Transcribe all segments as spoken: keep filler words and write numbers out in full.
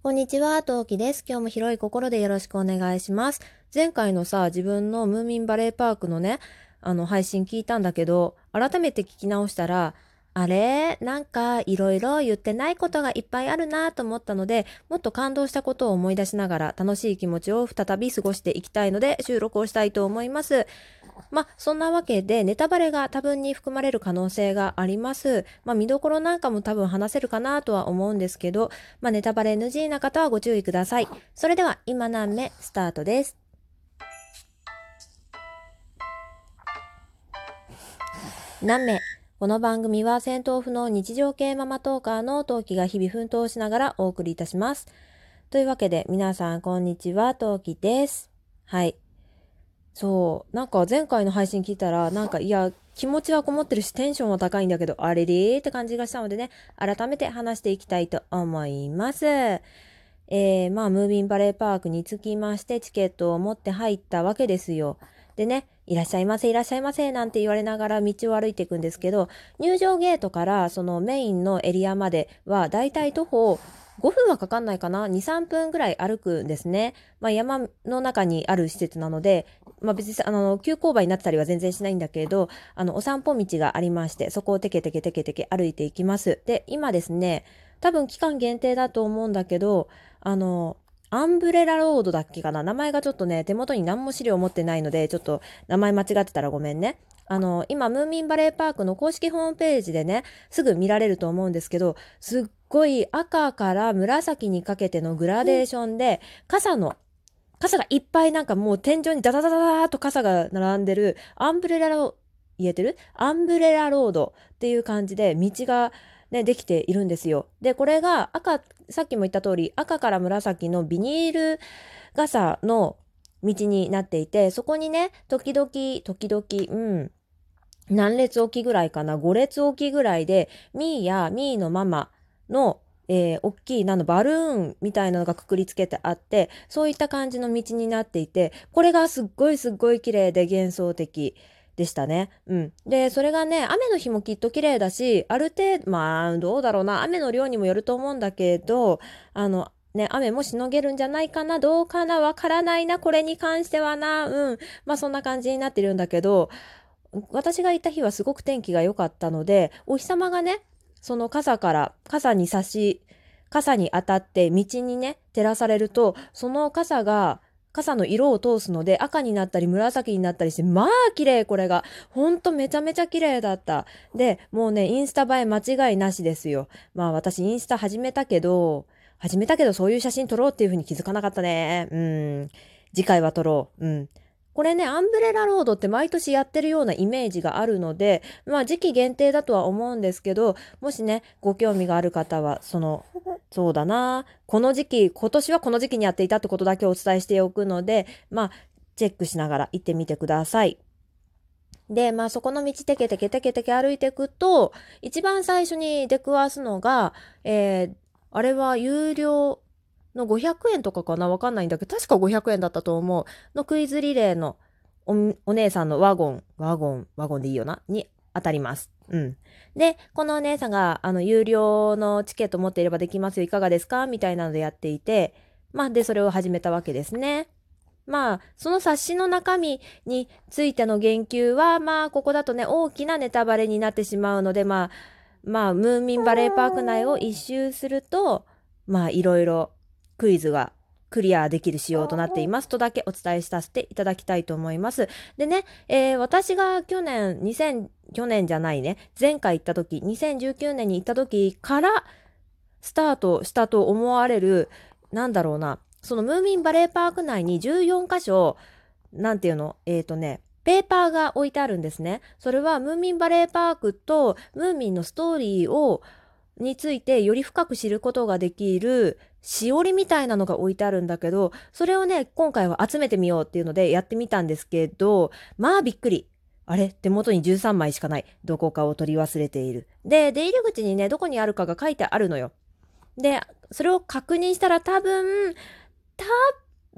こんにちは、トウキです。今日も広い心でよろしくお願いします。前回のさ、自分のムーミンバレーパークのね、あの配信聞いたんだけど、改めて聞き直したら、あれなんかいろいろ言ってないことがいっぱいあるなと思ったので、もっと感動したことを思い出しながら楽しい気持ちを再び過ごしていきたいので収録をしたいと思います。まあ、そんなわけで、ネタバレが多分に含まれる可能性があります。まあ、見どころなんかも多分話せるかなとは思うんですけど、まあ、ネタバレ エヌジー な方はご注意ください。それでは、今何目スタートです。何目この番組は戦闘不能日常系ママトーカーのトウキが日々奮闘しながらお送りいたします。というわけで、皆さんこんにちは、トウキです。はい。そう、なんか前回の配信聞いたら、なんかいや、気持ちはこもってるしテンションは高いんだけど、あれれーって感じがしたのでね、改めて話していきたいと思います。えー、まあ、ムービンバレーパークにつきましてチケットを持って入ったわけですよ。でね、いらっしゃいませ、いらっしゃいませ、なんて言われながら道を歩いていくんですけど、入場ゲートからそのメインのエリアまではだいたい徒歩ごふんはかかんないかな に,さん 分ぐらい歩くんですね。まあ山の中にある施設なので、まあ別にあの急勾配になってたりは全然しないんだけれど、あのお散歩道がありまして、そこをテケテケテケテケ歩いていきます。で、今ですね、多分期間限定だと思うんだけど、あの、アンブレラロードだっけかな、名前がちょっとね、手元に何も資料持ってないので、ちょっと名前間違ってたらごめんね。あの、今、ムーミンバレーパークの公式ホームページでね、すぐ見られると思うんですけど、すっごい赤から紫にかけてのグラデーションで、傘の、傘がいっぱいなんかもう天井にダダダダダーっと傘が並んでる、アンブレラロ、言えてるアンブレラロードっていう感じで道がね、できているんですよ。で、これが赤、さっきも言った通り、赤から紫のビニール傘の道になっていて、そこにね、時々、時々、うん、何列置きぐらいかな、ご列置きぐらいで、ミーやミーのママの、えー、大きいなのバルーンみたいなのがくくりつけてあって、そういった感じの道になっていて、これがすっごいすっごい綺麗で幻想的でしたね。うん。で、それがね、雨の日もきっと綺麗だし、ある程度、まあ、どうだろうな、雨の量にもよると思うんだけど、あの、ね、雨もしのげるんじゃないかな、どうかな、わからないな、これに関してはな、うん。まあ、そんな感じになってるんだけど、私が行った日はすごく天気が良かったので、お日様がね、その傘から、傘に差し、傘に当たって道にね、照らされると、その傘が、傘の色を通すので赤になったり紫になったりして、まあ綺麗これが。ほんとめちゃめちゃ綺麗だった。で、もうね、インスタ映え間違いなしですよ。まあ私インスタ始めたけど、始めたけどそういう写真撮ろうっていう風に気づかなかったね。うん。次回は撮ろう。うん。これね、アンブレラロードって毎年やってるようなイメージがあるので、まあ時期限定だとは思うんですけど、もしね、ご興味がある方は、その、そうだな、この時期、今年はこの時期にやっていたってことだけお伝えしておくので、まあ、チェックしながら行ってみてください。で、まあそこの道テケテケテケテケ歩いていくと、一番最初に出くわすのが、えー、あれは有料のごひゃくえんとかかなわかんないんだけど、確かごひゃくえんだったと思う。のクイズリレーのお、お姉さんのワゴン、ワゴン、ワゴンでいいよなに当たります。うん。で、このお姉さんが、あの、有料のチケット持っていればできますよ、いかがですかみたいなのでやっていて、まあ、で、それを始めたわけですね。まあ、その冊子の中身についての言及は、まあ、ここだとね、大きなネタバレになってしまうので、まあ、まあ、ムーミンバレーパーク内を一周すると、まあ、いろいろクイズがクリアできる仕様となっていますとだけお伝えさせていただきたいと思います。でね、えー私が去年、にせん、去年じゃないね、前回行った時、にせんじゅうきゅうねんに行った時からスタートしたと思われる、なんだろうな、そのムーミンバレーパーク内にじゅうよん箇所、なんていうの、えっとね、ペーパーが置いてあるんですね。それはムーミンバレーパークとムーミンのストーリーをについてより深く知ることができるしおりみたいなのが置いてあるんだけど、それをね、今回は集めてみようっていうのでやってみたんですけど、まあびっくり。あれ手元にじゅうさんまいしかない。どこかを取り忘れている。で、出入り口にね、どこにあるかが書いてあるのよ。で、それを確認したら多分、た、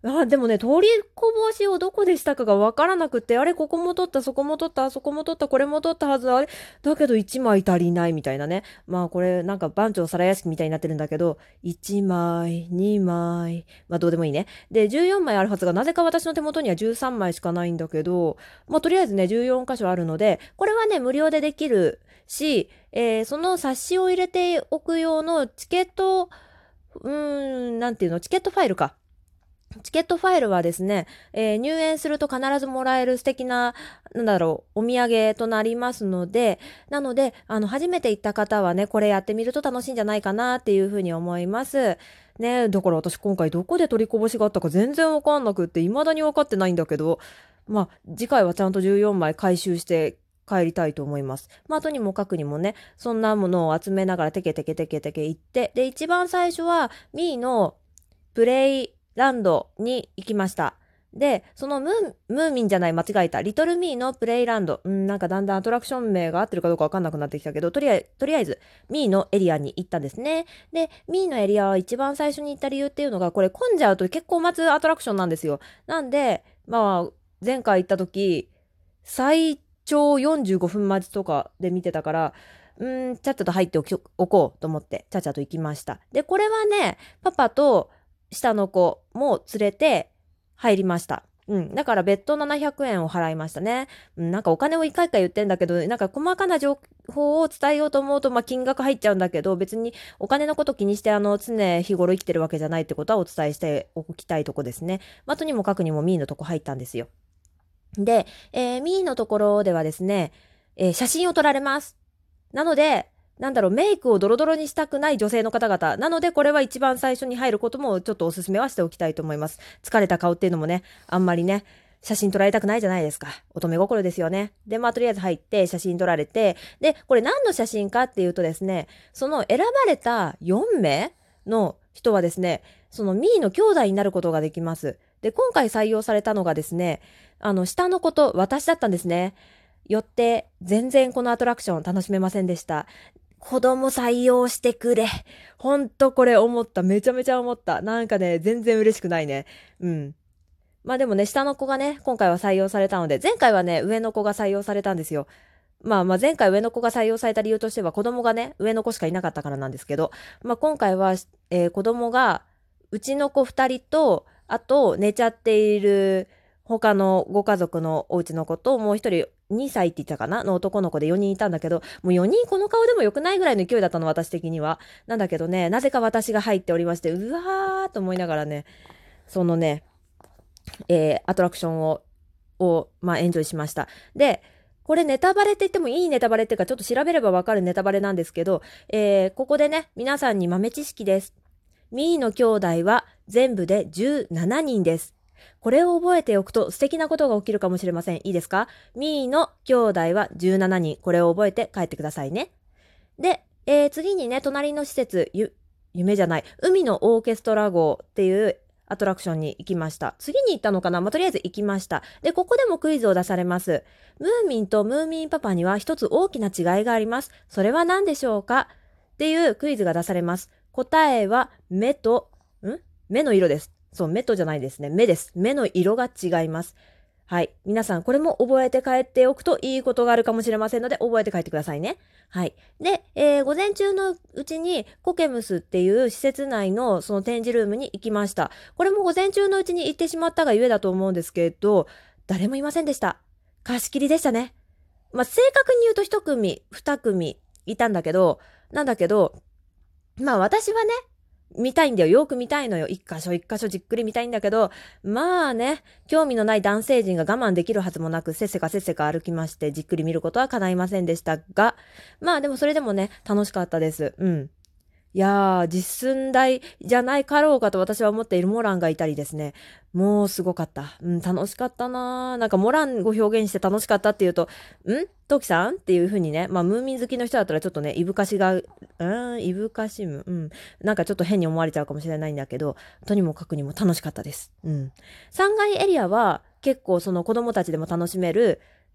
あ、でもね、取りこぼしをどこでしたかがわからなくて、あれ、ここも取った、そこも取った、そこも取った、これも取ったはず、あれ、だけどいちまい足りないみたいなね。まあこれなんか番長皿屋敷みたいになってるんだけど、いちまい、にまい、まあどうでもいいね。で、じゅうよんまいあるはずが、なぜか私の手元にはじゅうさんまいしかないんだけど、まあとりあえずね、じゅうよん箇所あるので、これはね、無料でできるし、えーその冊子を入れておく用のチケット、うーん、なんていうの、チケットファイルか。チケットファイルはですね、えー入園すると必ずもらえる素敵な、なんだろう、お土産となりますので、なので、あの、初めて行った方はね、これやってみると楽しいんじゃないかなっていうふうに思います。ね、だから私今回どこで取りこぼしがあったか全然わかんなくって、未だにわかってないんだけど、まあ、次回はちゃんとじゅうよんまい回収して帰りたいと思います。まあ、とにもかくにもね、そんなものを集めながらテケテケテケテケ行って、で、一番最初は、ミーのプレイランドに行きました。で、そのムー、ムーミンじゃない、間違えた。リトルミーのプレイランド。うん、なんかだんだんアトラクション名が合ってるかどうかわかんなくなってきたけど、とりあえず、とりあえず、ミーのエリアに行ったんですね。で、ミーのエリアは一番最初に行った理由っていうのが、これ混んじゃうと結構待つアトラクションなんですよ。なんで、まあ、前回行った時、最長よんじゅうごふん待ちとかで見てたから、うーん、ちゃっちゃと入っておきおこうと思って、ちゃっちゃと行きました。で、これはね、パパと、下の子も連れて入りました。うん。だから別途ななひゃくえんを払いましたね。うん、なんかお金を一回一回言ってんだけど、なんか細かな情報を伝えようと思うと、まあ金額入っちゃうんだけど、別にお金のこと気にして、あの、常日頃生きてるわけじゃないってことはお伝えしておきたいとこですね。まあ、とにもかくにもミーのとこ入ったんですよ。で、えーミーのところではですね、えー写真を撮られます。なので、なんだろう、メイクをドロドロにしたくない女性の方々。なので、これは一番最初に入ることもちょっとおすすめはしておきたいと思います。疲れた顔っていうのもね、あんまりね、写真撮られたくないじゃないですか。乙女心ですよね。で、まあ、とりあえず入って写真撮られて、で、これ何の写真かっていうとですね、その選ばれたよんめいの人はですね、そのミーの兄弟になることができます。で、今回採用されたのがですね、あの、下の子と私だったんですね。よって、全然このアトラクション楽しめませんでした。子供採用してくれ。ほんとこれ思った。めちゃめちゃ思った。なんかね、全然嬉しくないね。うん。まあでもね、下の子がね、今回は採用されたので、前回はね、上の子が採用されたんですよ。まあまあ前回上の子が採用された理由としては子供がね、上の子しかいなかったからなんですけど、まあ今回は、えー子供が、うちの子ふたりと、あと寝ちゃっている他のご家族のお家の子と、もう一人にさいって言ったかなの男の子でよにんいたんだけど、もうよにんこの顔でもよくないぐらいの勢いだったの、私的には。なんだけどね、なぜか私が入っておりまして、うわーと思いながらね、そのね、えーアトラクションを、を、まあ、エンジョイしました。で、これネタバレって言ってもいいネタバレっていうか、ちょっと調べればわかるネタバレなんですけど、えーここでね、皆さんに豆知識です。ミーの兄弟は全部でじゅうななにんです。これを覚えておくと素敵なことが起きるかもしれません。いいですか？ミーの兄弟はじゅうななにん。これを覚えて帰ってくださいね。で、えー次にね、隣の施設、ゆ、夢じゃない、海のオーケストラ号っていうアトラクションに行きました。次に行ったのかな、まあ、とりあえず行きました。で、ここでもクイズを出されます。ムーミンとムーミンパパには一つ大きな違いがあります。それは何でしょうかっていうクイズが出されます。答えは目と、ん目の色です。そう、目とじゃないですね。目です。目の色が違います。はい。皆さん、これも覚えて帰っておくといいことがあるかもしれませんので、覚えて帰ってくださいね。はい。で、えー午前中のうちに、コケムスっていう施設内のその展示ルームに行きました。これも午前中のうちに行ってしまったがゆえだと思うんですけど、誰もいませんでした。貸し切りでしたね。まあ、正確に言うと一組、二組いたんだけど、なんだけど、まあ私はね、見たいんだよ。よく見たいのよ。一箇所一箇所じっくり見たいんだけど、まあね、興味のない男性陣が我慢できるはずもなく、せっせかせっせか歩きまして、じっくり見ることは叶いませんでしたが、まあでもそれでもね、楽しかったです。うん。いやー、実寸大じゃないかろうかと私は思っているモランがいたりですね。もうすごかった。うん、楽しかったなー。なんかモランを表現して楽しかったっていうと、んトキさんっていう風にね、まあムーミン好きの人だったらちょっとね、いぶかしが、うーん、いぶかしむ。うん。なんかちょっと変に思われちゃうかもしれないんだけど、とにもかくにも楽しかったです。うん。さんがいエリアは結構その子供たちでも楽しめる、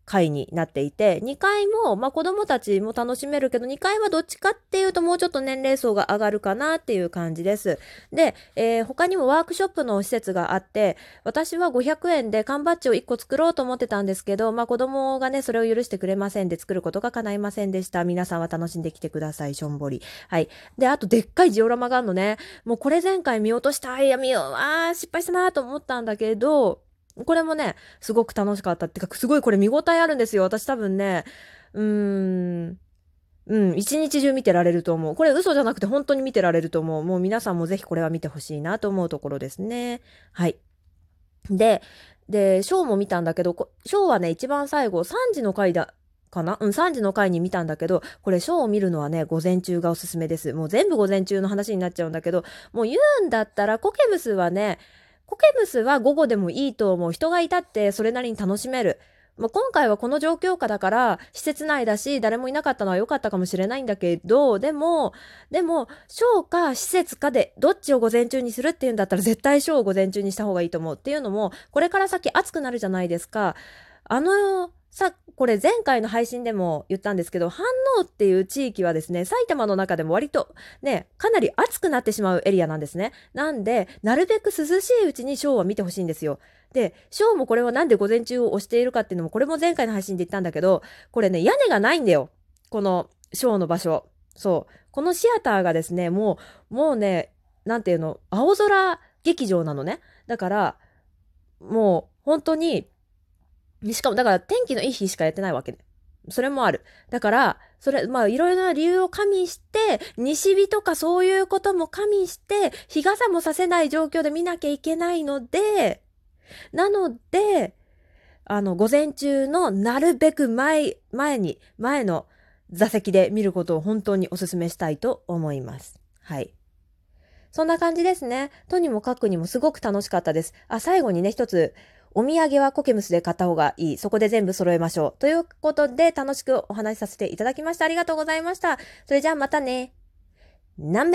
回になっていて、にかいも、まあ、子供たちも楽しめるけど、にかいはどっちかっていうともうちょっと年齢層が上がるかなっていう感じです。で、えー、他にもワークショップの施設があって、私はごひゃくえんで缶バッジをいっこ作ろうと思ってたんですけど、まあ、子供がね、それを許してくれませんで作ることが叶いませんでした。皆さんは楽しんできてください、しょんぼり。はい。で、あとでっかいジオラマがあるのね。もうこれ前回見落とした。いや、見よう。あー、失敗したなと思ったんだけど、これもね、すごく楽しかったっていうか、すごいこれ見応えあるんですよ。私多分ね、うーん、うん、一日中見てられると思う。これ嘘じゃなくて本当に見てられると思う。もう皆さんもぜひこれは見てほしいなと思うところですね。はい。で、で、ショーも見たんだけど、こショーはね、一番最後、さんじの回だ、かなうん、さんじの回に見たんだけど、これショーを見るのはね、午前中がおすすめです。もう全部午前中の話になっちゃうんだけど、もう言うんだったら、コケムスはね、コケムスは午後でもいいと思う。人がいたってそれなりに楽しめる。まあ、今回はこの状況下だから、施設内だし、誰もいなかったのは良かったかもしれないんだけど、でも、でも、ショーか施設かで、どっちを午前中にするっていうんだったら、絶対ショーを午前中にした方がいいと思う。っていうのも、これから先暑くなるじゃないですか。あの、さ、これ前回の配信でも言ったんですけど、飯能っていう地域はですね、埼玉の中でも割とね、かなり暑くなってしまうエリアなんですね。なんで、なるべく涼しいうちにショーは見てほしいんですよ。で、ショーもこれはなんで午前中を押しているかっていうのも、これも前回の配信で言ったんだけど、これね、屋根がないんだよ。このショーの場所。そう。このシアターがですね、もう、もうね、なんていうの、青空劇場なのね。だから、もう、本当に、しかも、だから天気のいい日しかやってないわけで。それもある。だから、それ、まあ、いろいろな理由を加味して、西日とかそういうことも加味して、日傘もさせない状況で見なきゃいけないので、なので、あの、午前中のなるべく前、前に、前の座席で見ることを本当にお勧めしたいと思います。はい。そんな感じですね。とにもかくにもすごく楽しかったです。あ、最後にね、一つ、お土産はコケムスで買った方がいい。そこで全部揃えましょう。ということで、楽しくお話しさせていただきました。ありがとうございました。それじゃあまたね。何名